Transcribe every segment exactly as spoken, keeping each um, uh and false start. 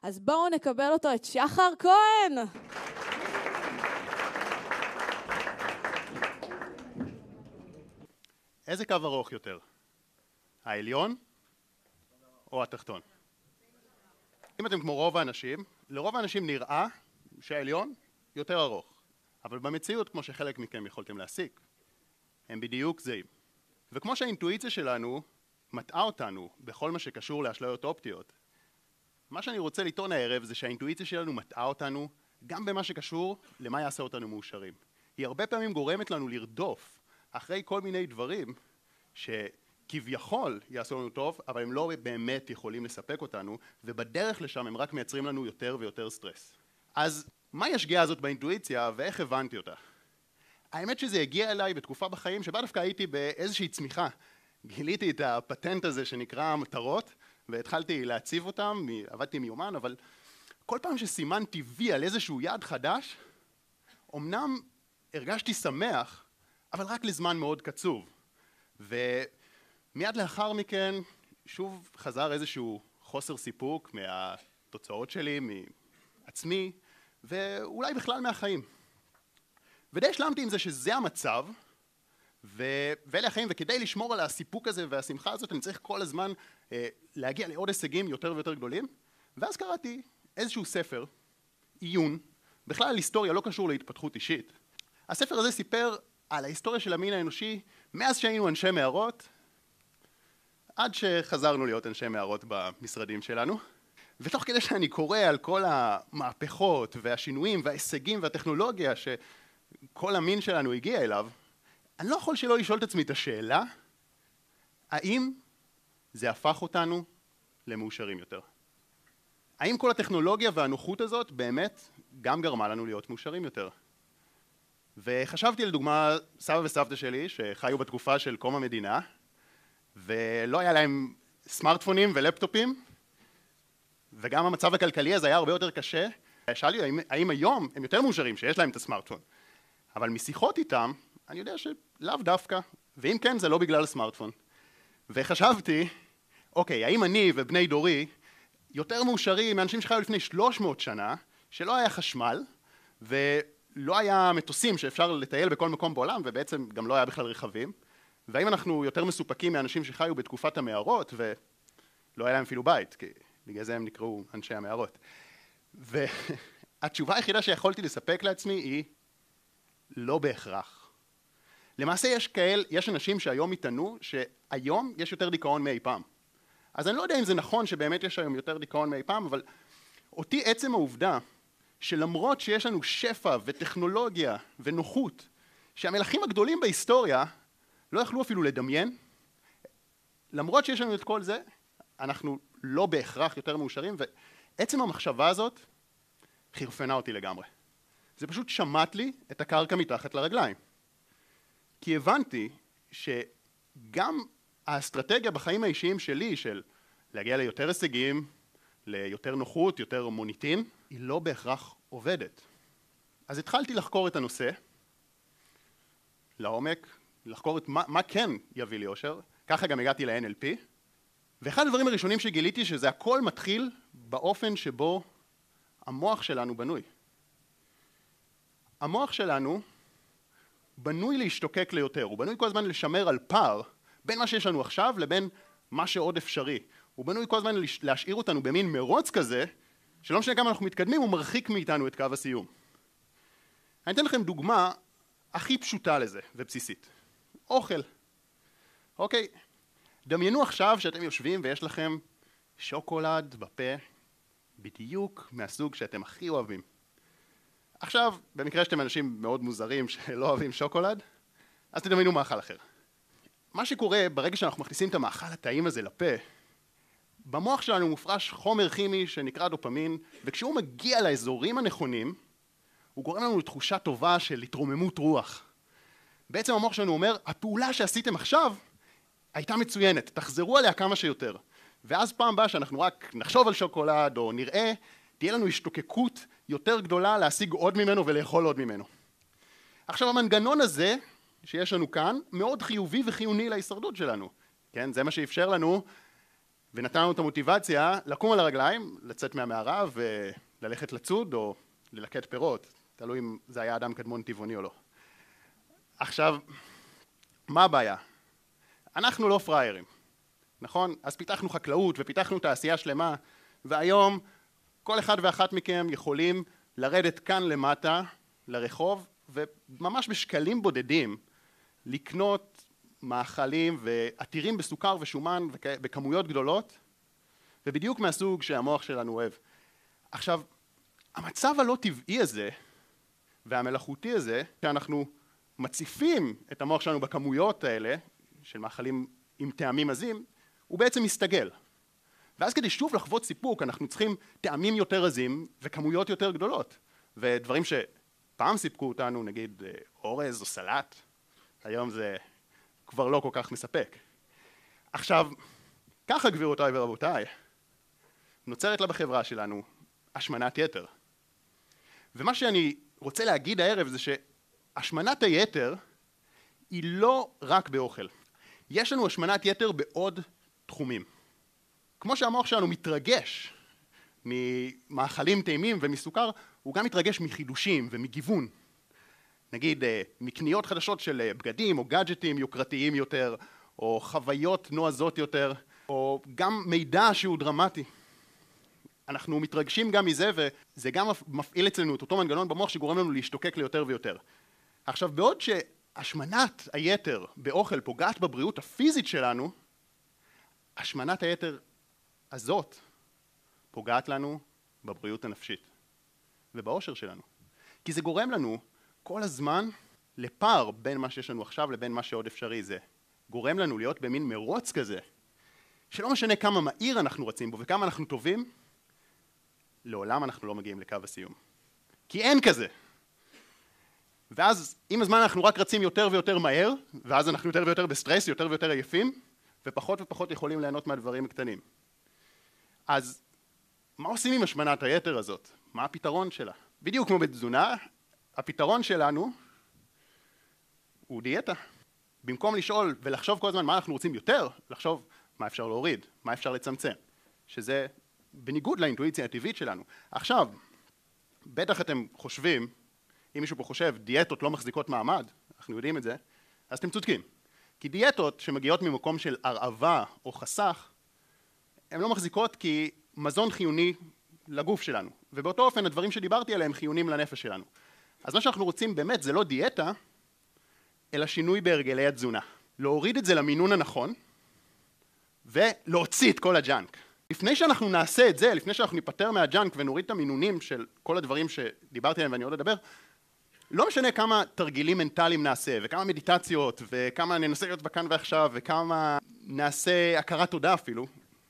אז בואו נקבל אותו, את שחר כהן. איזה קו ארוך יותר? העליון או התחתון? אם אתם כמו רוב האנשים, לרוב האנשים נראה שהעליון יותר ארוך, אבל במציאות, כמו שחלק מכם יכולתם להסיק, הם בדיוק זהים. וכמו שהאינטואיציה שלנו מטעה אותנו בכל מה שקשור לאשליות אופטיות, מה שאני רוצה לטעון הערב זה שהאינטואיציה שלנו מטעה אותנו גם במה שקשור למה יעשה אותנו מאושרים. היא הרבה פעמים גורמת לנו לרדוף אחרי כל מיני דברים שכביכול יעשו לנו טוב, אבל הם לא באמת יכולים לספק אותנו, ובדרך לשם הם רק מייצרים לנו יותר ויותר סטרס. אז מהי השגיאה הזאת באינטואיציה ואיך הבנתי אותה? האמת שזה הגיע אליי בתקופה בחיים שבה דווקא הייתי באיזושהי צמיחה. גיליתי את הפטנט הזה שנקרא מטרות, והתחלתי להציב אותם, עבדתי מיומן, אבל כל פעם שסימנתי וי על איזשהו יעד חדש, אמנם הרגשתי שמח, אבל רק לזמן מאוד קצוב. ומיד לאחר מכן שוב חזר איזשהו חוסר סיפוק מהתוצאות שלי, מעצמי, ואולי בכלל מהחיים. ודי השלמתי עם זה שזה המצב, ואלה החיים, וכדי לשמור על הסיפוק הזה והשמחה הזאת, אני צריך כל הזמן אה, להגיע לעוד הישגים יותר ויותר גדולים. ואז קראתי איזשהו ספר, עיון, בכלל על היסטוריה, לא קשור להתפתחות אישית. הספר הזה סיפר על ההיסטוריה של המין האנושי, מאז שהיינו אנשי מערות, עד שחזרנו להיות אנשי מערות במשרדים שלנו. ותוך כדי שאני קורא על כל המהפכות והשינויים וההישגים והטכנולוגיה שכל המין שלנו הגיע אליו, אני לא יכול שלא לשאול את עצמי את השאלה, האם זה הפך אותנו למאושרים יותר? האם כל הטכנולוגיה והנוחות הזאת באמת גם גרמה לנו להיות מאושרים יותר? וחשבתי לדוגמה סבא וסבתא שלי שחיו בתקופה של קום המדינה, ולא היה להם סמארטפונים ולפטופים, וגם המצב הכלכלי הזה היה הרבה יותר קשה. שאלתי האם, האם היום הם יותר מאושרים שיש להם את הסמארטפון? אבל משיחות איתם, אני יודע שלאו דווקא, ואם כן זה לא בגלל הסמארטפון. וחשבתי, אוקיי, האם אני ובני דורי יותר מאושרים מאנשים שחיו לפני שלוש מאות שנה, שלא היה חשמל, ולא היה מטוסים שאפשר לטייל בכל מקום בעולם, ובעצם גם לא היה בכלל רכבים, והאם אנחנו יותר מסופקים מאנשים שחיו בתקופת המערות, ולא היה להם אפילו בית, כי בגלל זה הם נקראו אנשי המערות. והתשובה היחידה שיכולתי לספק לעצמי היא לא בהכרח. למעשה יש כאל, יש אנשים שהיום יטענו שהיום יש יותר דיכאון מאי פעם. אז אני לא יודע אם זה נכון שבאמת יש היום יותר דיכאון מאי פעם, אבל אותי עצם העובדה שלמרות שיש לנו שפע וטכנולוגיה ונוחות, שהמלכים הגדולים בהיסטוריה לא יכלו אפילו לדמיין, למרות שיש לנו את כל זה, אנחנו לא בהכרח יותר מאושרים, ועצם המחשבה הזאת חרפנה אותי לגמרי. זה פשוט שמט לי את הקרקע מתחת לרגליים. כי הבנתי שגם האסטרטגיה בחיים האישיים שלי של להגיע ליותר הישגים, ליותר נוחות, יותר מוניטין, היא לא בהכרח עובדת. אז התחלתי לחקור את הנושא לעומק, לחקור את מה, מה כן יביא לי אושר, ככה גם הגעתי ל-אן אל פי, ואחד הדברים הראשונים שגיליתי שזה הכל מתחיל באופן שבו המוח שלנו בנוי. המוח שלנו בנוי להשתוקק ליותר, הוא בנוי כל הזמן לשמר על פער בין מה שיש לנו עכשיו לבין מה שעוד אפשרי. הוא בנוי כל הזמן להשאיר אותנו במין מרוץ כזה, שלא משנה כמה אנחנו מתקדמים, הוא מרחיק מאיתנו את קו הסיום. אני אתן לכם דוגמה הכי פשוטה לזה ובסיסית. אוכל. אוקיי, דמיינו עכשיו שאתם יושבים ויש לכם שוקולד בפה, בדיוק מהסוג שאתם הכי אוהבים. עכשיו, במקרה שאתם אנשים מאוד מוזרים שלא אוהבים שוקולד, אז תדמיינו מאכל אחר. מה שקורה ברגע שאנחנו מכניסים את המאכל הטעים הזה לפה, במוח שלנו מופרש חומר כימי שנקרא דופמין, וכשהוא מגיע לאזורים הנכונים, הוא גורם לנו לתחושה טובה של התרוממות רוח. בעצם המוח שלנו אומר, הפעולה שעשיתם עכשיו הייתה מצוינת, תחזרו עליה כמה שיותר. ואז פעם באה שאנחנו רק נחשוב על שוקולד או נראה, תהיה לנו השתוקקות יותר גדולה להשיג עוד ממנו ולאכול עוד ממנו. עכשיו המנגנון הזה שיש לנו כאן מאוד חיובי וחיוני להישרדות שלנו. כן, זה מה שאפשר לנו ונתן לנו את המוטיבציה לקום על הרגליים, לצאת מהמערה וללכת לצוד או ללקט פירות, תלוי אם זה היה אדם קדמון טבעוני או לא. עכשיו, מה הבעיה? אנחנו לא פריירים, נכון? אז פיתחנו חקלאות ופיתחנו תעשייה שלמה, והיום כל אחד ואחת מכם יכולים לרדת כאן למטה לרחוב, וממש בשקלים בודדים לקנות מאכלים ועתירים בסוכר ושומן בכמויות גדולות, ובדיוק מהסוג שהמוח שלנו אוהב. עכשיו, המצב הלא טבעי הזה והמלאכותי הזה, שאנחנו מציפים את המוח שלנו בכמויות האלה, של מאכלים עם טעמים עזים, הוא בעצם מסתגל. ואז כדי שוב לחוות סיפוק, אנחנו צריכים טעמים יותר עזים וכמויות יותר גדולות. ודברים שפעם סיפקו אותנו, נגיד אורז או סלט, היום זה כבר לא כל כך מספק. עכשיו, ככה גבירותיי ורבותיי, נוצרת לה בחברה שלנו השמנת יתר. ומה שאני רוצה להגיד הערב זה שהשמנת היתר היא לא רק באוכל. יש לנו השמנת יתר בעוד תחומים. כמו שהמוח שלנו מתרגש ממאכלים טעימים ומסוכר, הוא גם מתרגש מחידושים ומגיוון. נגיד, מקניות חדשות של בגדים או גאדג'טים יוקרתיים יותר, או חוויות נועזות יותר, או גם מידע שהוא דרמטי. אנחנו מתרגשים גם מזה, וזה גם מפעיל אצלנו את אותו מנגנון במוח שגורם לנו להשתוקק ליותר ויותר. עכשיו, בעוד שהשמנת היתר באוכל פוגעת בבריאות הפיזית שלנו, השמנת היתר הזאת פוגעת לנו בבריאות הנפשית ובאושר שלנו. כי זה גורם לנו כל הזמן לפער בין מה שיש לנו עכשיו לבין מה שעוד אפשרי. זה גורם לנו להיות במין מרוץ כזה, שלא משנה כמה מהיר אנחנו רצים בו וכמה אנחנו טובים, לעולם אנחנו לא מגיעים לקו הסיום. כי אין כזה. ואז עם הזמן אנחנו רק רצים יותר ויותר מהר, ואז אנחנו יותר ויותר בסטרס, יותר ויותר עייפים, ופחות ופחות יכולים ליהנות מהדברים הקטנים. אז מה עושים עם השמנת היתר הזאת? מה הפתרון שלה? בדיוק כמו בתזונה, הפתרון שלנו הוא דיאטה. במקום לשאול ולחשוב כל הזמן מה אנחנו רוצים יותר, לחשוב מה אפשר להוריד, מה אפשר לצמצם, שזה בניגוד לאינטואיציה הטבעית שלנו. עכשיו, בטח אתם חושבים, אם מישהו פה חושב, דיאטות לא מחזיקות מעמד, אנחנו יודעים את זה, אז אתם צודקים. כי דיאטות שמגיעות ממקום של הרעבה או חסך, הן לא מחזיקות כי מזון חיוני לגוף שלנו. ובאותו אופן הדברים שדיברתי עליהם חיוניים לנפש שלנו. אז מה שאנחנו רוצים באמת זה לא דיאטה, אלא שינוי בהרגלי התזונה. להוריד את זה למינון הנכון, ולהוציא את כל הג'אנק. לפני שאנחנו נעשה את זה, לפני שאנחנו ניפטר מהג'אנק ונוריד את המינונים של כל הדברים שדיברתי עליהם ואני עוד אדבר, לא משנה כמה תרגילים מנטליים נעשה, וכמה מדיטציות, וכמה ננסה להיות בכאן ועכשיו, וכמה נעשה הכרת תודה אפילו,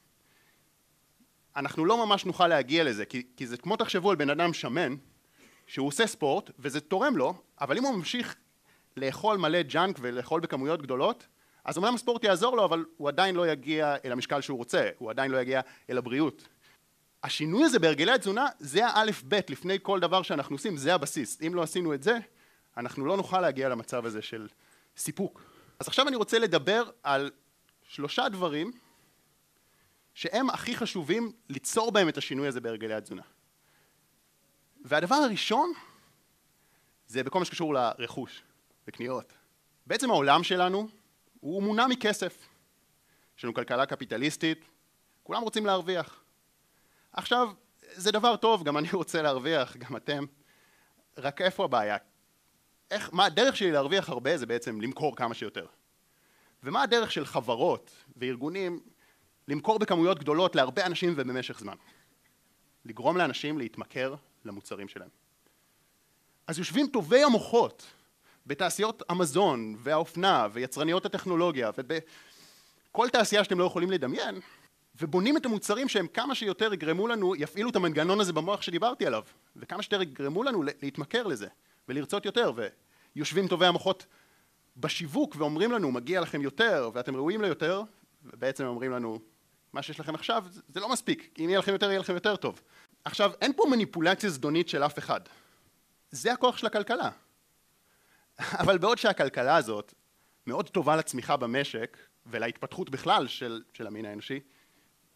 אנחנו לא ממש נוכל להגיע לזה, כי, כי זה כמו תחשבו על בן אדם שמן, שהוא עושה ספורט, וזה תורם לו, אבל אם הוא ממשיך לאכול מלא ג'אנק ולאכול בכמויות גדולות, אז אומנם הספורט יעזור לו, אבל הוא עדיין לא יגיע אל המשקל שהוא רוצה, הוא עדיין לא יגיע אל הבריאות. השינוי הזה בהרגלי התזונה, זה האלף בית לפני כל דבר שאנחנו עושים, זה הבסיס. אם לא עשינו את זה, אנחנו לא נוכל להגיע למצב הזה של סיפוק. אז עכשיו אני רוצה לדבר על שלושה דברים שהם הכי חשובים ליצור בהם את השינוי הזה בהרגלי התזונה. והדבר הראשון זה בכל מה שקשור לרכוש וקניות. בעצם העולם שלנו הוא מונע מכסף. יש לנו כלכלה קפיטליסטית, כולם רוצים להרוויח. עכשיו, זה דבר טוב, גם אני רוצה להרוויח, גם אתם. רק איפה הבעיה? איך, מה הדרך שלי להרוויח הרבה זה בעצם למכור כמה שיותר. ומה הדרך של חברות וארגונים למכור בכמויות גדולות להרבה אנשים ובמשך זמן? לגרום לאנשים להתמכר למוצרים שלהם. אז יושבים טובי המוחות בתעשיות המזון והאופנה ויצרניות הטכנולוגיה ובכל תעשייה שאתם לא יכולים לדמיין, ובונים את המוצרים שהם כמה שיותר יגרמו לנו, יפעילו את המנגנון הזה במוח שדיברתי עליו, וכמה שיותר יגרמו לנו להתמכר לזה ולרצות יותר, ויושבים טובי המוחות בשיווק ואומרים לנו מגיע לכם יותר ואתם ראויים ליותר, ובעצם אומרים לנו מה שיש לכם עכשיו זה לא מספיק, אם יהיה לכם יותר יהיה לכם יותר טוב. עכשיו אין פה מניפולציה זדונית של אף אחד, זה הכוח של הכלכלה. אבל בעוד שהכלכלה הזאת מאוד טובה לצמיחה במשק ולהתפתחות בכלל של, של המין האנושי,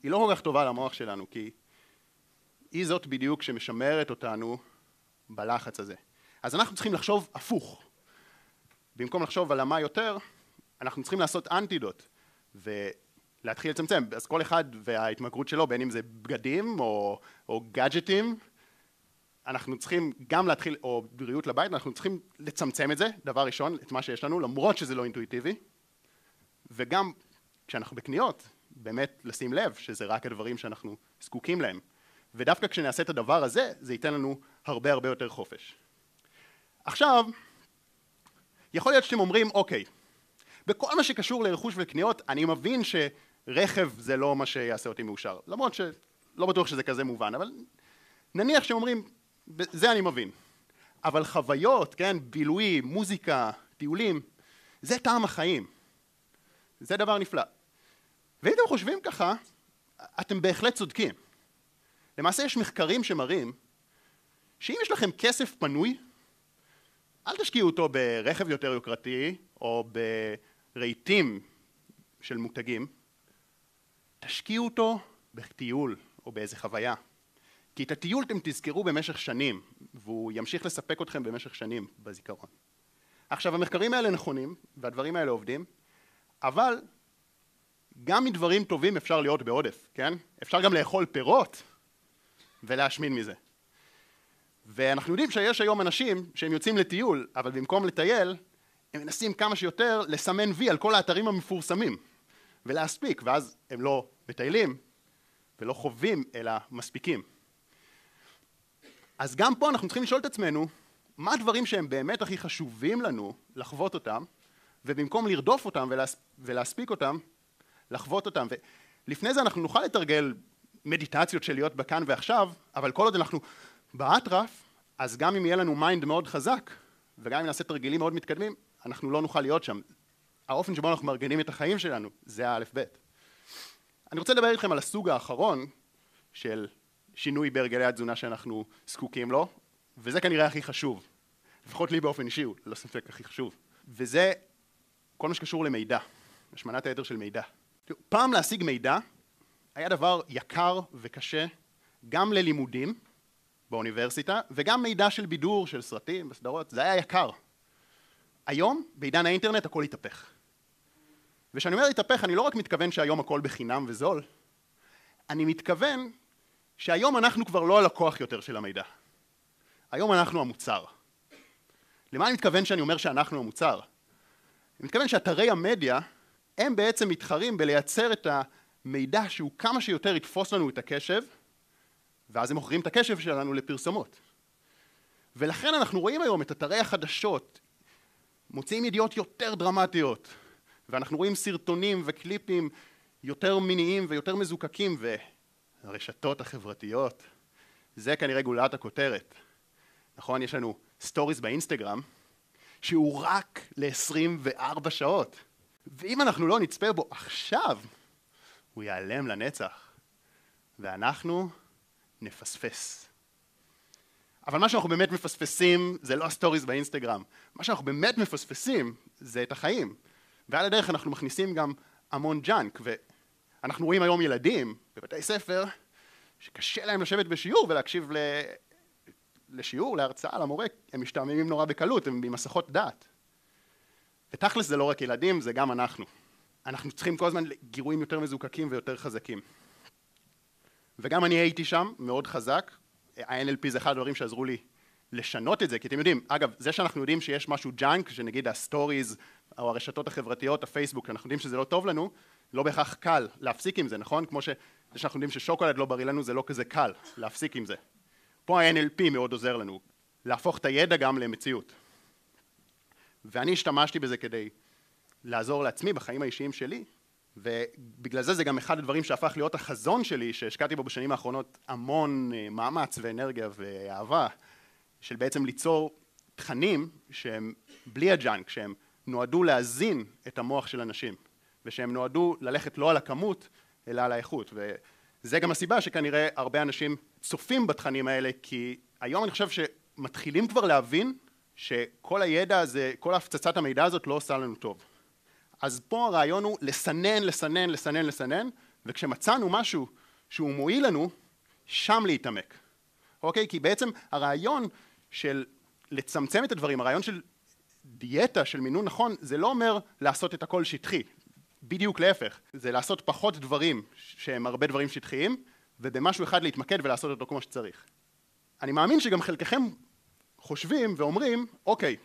היא לא כל כך טובה למוח שלנו, כי היא זאת בדיוק שמשמרת אותנו בלחץ הזה. אז אנחנו צריכים לחשוב הפוך. במקום לחשוב על מה יותר, אנחנו צריכים לעשות אנטידוט, ולהתחיל לצמצם. אז כל אחד וההתמכרות שלו, בין אם זה בגדים או, או גאדג'טים, אנחנו צריכים גם להתחיל, או בריאות לבית, אנחנו צריכים לצמצם את זה, דבר ראשון, את מה שיש לנו, למרות שזה לא אינטואיטיבי, וגם כשאנחנו בקניות, באמת לשים לב שזה רק הדברים שאנחנו זקוקים להם. ודווקא כשנעשה את הדבר הזה, זה ייתן לנו הרבה הרבה יותר חופש. עכשיו, יכול להיות שאתם אומרים, אוקיי, בכל מה שקשור לרכוש וקניות, אני מבין שרכב זה לא מה שיעשה אותי מאושר. למרות שלא בטוח שזה כזה מובן, אבל נניח שאתם אומרים, זה אני מבין. אבל חוויות, כן, בילוי, מוזיקה, טיולים, זה טעם החיים. זה דבר נפלא. ואם אתם חושבים ככה, אתם בהחלט צודקים. למעשה יש מחקרים שמראים שאם יש לכם כסף פנוי, אל תשקיעו אותו ברכב יותר יוקרתי או ברהיטים של מותגים, תשקיעו אותו בטיול או באיזה חוויה. כי את הטיול אתם תזכרו במשך שנים, והוא ימשיך לספק אתכם במשך שנים בזיכרון. עכשיו, המחקרים האלה נכונים, והדברים האלה עובדים, אבל גם מדברים טובים אפשר להיות בעודף, כן? אפשר גם לאכול פירות ולהשמין מזה. ואנחנו יודעים שיש היום אנשים שהם יוצאים לטיול, אבל במקום לטייל, הם מנסים כמה שיותר לסמן וי על כל האתרים המפורסמים, ולהספיק, ואז הם לא מטיילים, ולא חווים, אלא מספיקים. אז גם פה אנחנו צריכים לשאול את עצמנו, מה הדברים שהם באמת הכי חשובים לנו לחוות אותם, ובמקום לרדוף אותם ולהס... ולהספיק אותם, לחוות אותם. ולפני זה אנחנו נוכל לתרגל מדיטציות של להיות בכאן ועכשיו, אבל כל עוד אנחנו באטרף, אז גם אם יהיה לנו מיינד מאוד חזק, וגם אם נעשה תרגילים מאוד מתקדמים, אנחנו לא נוכל להיות שם. האופן שבו אנחנו מארגנים את החיים שלנו, זה האלף בית. אני רוצה לדבר איתכם על הסוג האחרון של שינוי בהרגלי התזונה שאנחנו זקוקים לו, וזה כנראה הכי חשוב. לפחות לי באופן אישי, הוא לא ספק הכי חשוב. וזה כל מה שקשור למידע, השמנת היתר של מידע. פעם להשיג מידע היה דבר יקר וקשה, גם ללימודים באוניברסיטה, וגם מידע של בידור, של סרטים, בסדרות, זה היה יקר. היום, בעידן האינטרנט, הכל התהפך. וכשאני אומר התהפך, אני לא רק מתכוון שהיום הכל בחינם וזול, אני מתכוון שהיום אנחנו כבר לא הלקוח יותר של המידע. היום אנחנו המוצר. למה אני מתכוון שאני אומר שאנחנו המוצר? אני מתכוון שאתרי המדיה הם בעצם מתחרים בלייצר את המידע שהוא כמה שיותר יתפוס לנו את הקשב, ואז הם מוכרים את הקשב שלנו לפרסומות. ולכן אנחנו רואים היום את אתרי החדשות, מוציאים ידיעות יותר דרמטיות, ואנחנו רואים סרטונים וקליפים יותר מיניים ויותר מזוקקים, והרשתות החברתיות, זה כנראה גולת הכותרת. נכון, יש לנו סטוריז באינסטגרם, שהוא רק ל-עשרים וארבע שעות. ואם אנחנו לא נצפה בו עכשיו, הוא ייעלם לנצח. ואנחנו נפספס. אבל מה שאנחנו באמת מפספסים זה לא הסטוריז באינסטגרם. מה שאנחנו באמת מפספסים זה את החיים. ועל הדרך אנחנו מכניסים גם המון ג'אנק. ואנחנו רואים היום ילדים בבתי ספר שקשה להם לשבת בשיעור ולהקשיב ל... לשיעור, להרצאה, למורה, הם משתעממים נורא בקלות, הם במסכות דעת. ותכלס זה לא רק ילדים, זה גם אנחנו. אנחנו צריכים כל הזמן גירויים יותר מזוקקים ויותר חזקים. וגם אני הייתי שם, מאוד חזק. ה-אן אל פי זה אחד הדברים שעזרו לי לשנות את זה, כי אתם יודעים, אגב, זה שאנחנו יודעים שיש משהו ג'אנק, שנגיד הסטוריז, או הרשתות החברתיות, הפייסבוק, אנחנו יודעים שזה לא טוב לנו, לא בהכרח קל להפסיק עם זה, נכון? כמו שאנחנו יודעים ששוקולד לא בריא לנו, זה לא כזה קל להפסיק עם זה. פה ה-אן אל פי מאוד עוזר לנו, להפוך את הידע גם למציאות. ואני השתמשתי בזה כדי לעזור לעצמי בחיים האישיים שלי, ובגלל זה זה גם אחד הדברים שהפך להיות החזון שלי, שהשקעתי בו בשנים האחרונות המון מאמץ ואנרגיה ואהבה, של בעצם ליצור תכנים שהם בלי הג'אנק, שהם נועדו להזין את המוח של אנשים, ושהם נועדו ללכת לא על הכמות, אלא על האיכות. וזה גם הסיבה שכנראה הרבה אנשים צופים בתכנים האלה, כי היום אני חושב שמתחילים כבר להבין שכל הידע הזה, כל הפצצת המידע הזאת לא עושה לנו טוב. אז פה הרעיון הוא לסנן, לסנן, לסנן, לסנן, וכשמצאנו משהו שהוא מועיל לנו, שם להתעמק. אוקיי? כי בעצם הרעיון של לצמצם את הדברים, הרעיון של דיאטה, של מינון נכון, זה לא אומר לעשות את הכל שטחי. בדיוק להפך. זה לעשות פחות דברים שהם הרבה דברים שטחיים, ובמשהו אחד להתמקד ולעשות אותו כמו שצריך. אני מאמין שגם חלקכם חושבים ואומרים, אוקיי,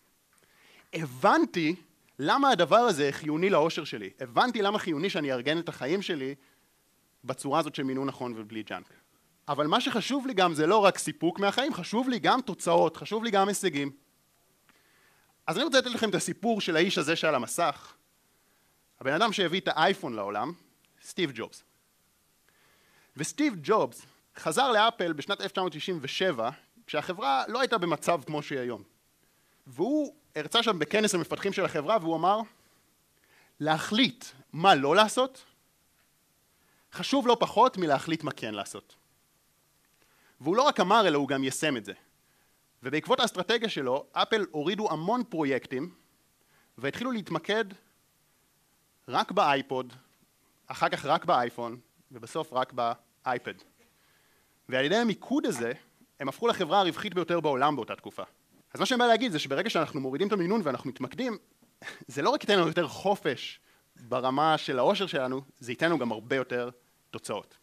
הבנתי למה הדבר הזה חיוני לאושר שלי. הבנתי למה חיוני שאני ארגן את החיים שלי בצורה הזאת של מינון נכון ובלי ג'אנק. אבל מה שחשוב לי גם זה לא רק סיפוק מהחיים, חשוב לי גם תוצאות, חשוב לי גם הישגים. אז אני רוצה לתת לכם את הסיפור של האיש הזה שעל המסך. הבן אדם שהביא את האייפון לעולם, סטיב ג'ובס. וסטיב ג'ובס חזר לאפל בשנת אלף תשע מאות תשעים ושבע, כשהחברה לא הייתה במצב כמו שהיא היום. והוא הרצה שם בכנס המפתחים של החברה, והוא אמר, להחליט מה לא לעשות, חשוב לא פחות מלהחליט מה כן לעשות. והוא לא רק אמר, אלא הוא גם יישם את זה. ובעקבות האסטרטגיה שלו, אפל הורידו המון פרויקטים, והתחילו להתמקד רק באייפוד, אחר כך רק באייפון, ובסוף רק באייפד. ועל ידי המיקוד הזה, הם הפכו לחברה הרווחית ביותר בעולם באותה תקופה. אז מה שאני בא להגיד זה שברגע שאנחנו מורידים את המינון ואנחנו מתמקדים, זה לא רק ייתן לנו יותר חופש ברמה של האושר שלנו, זה ייתן לנו גם הרבה יותר תוצאות.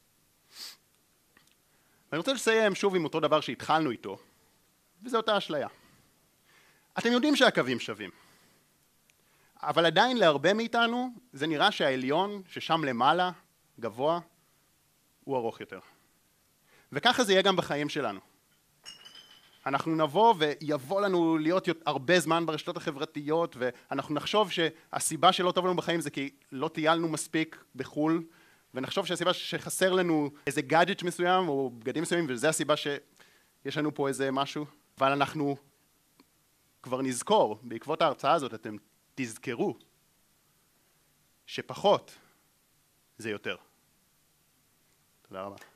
ואני רוצה לסיים שוב עם אותו דבר שהתחלנו איתו, וזה אותה אשליה. אתם יודעים שהקווים שווים, אבל עדיין להרבה מאיתנו זה נראה שהעליון, ששם למעלה, גבוה, הוא ארוך יותר. וככה זה יהיה גם בחיים שלנו. אנחנו נבוא ויבוא לנו להיות הרבה זמן ברשתות החברתיות, ואנחנו נחשוב שהסיבה שלא טוב לנו בחיים זה כי לא טיילנו מספיק בחול, ונחשוב שהסיבה שחסר לנו איזה גאדג'ט מסוים או בגדים מסוימים, וזה הסיבה שיש לנו פה איזה משהו. אבל אנחנו כבר נזכור, בעקבות ההרצאה הזאת אתם תזכרו שפחות זה יותר. תודה רבה.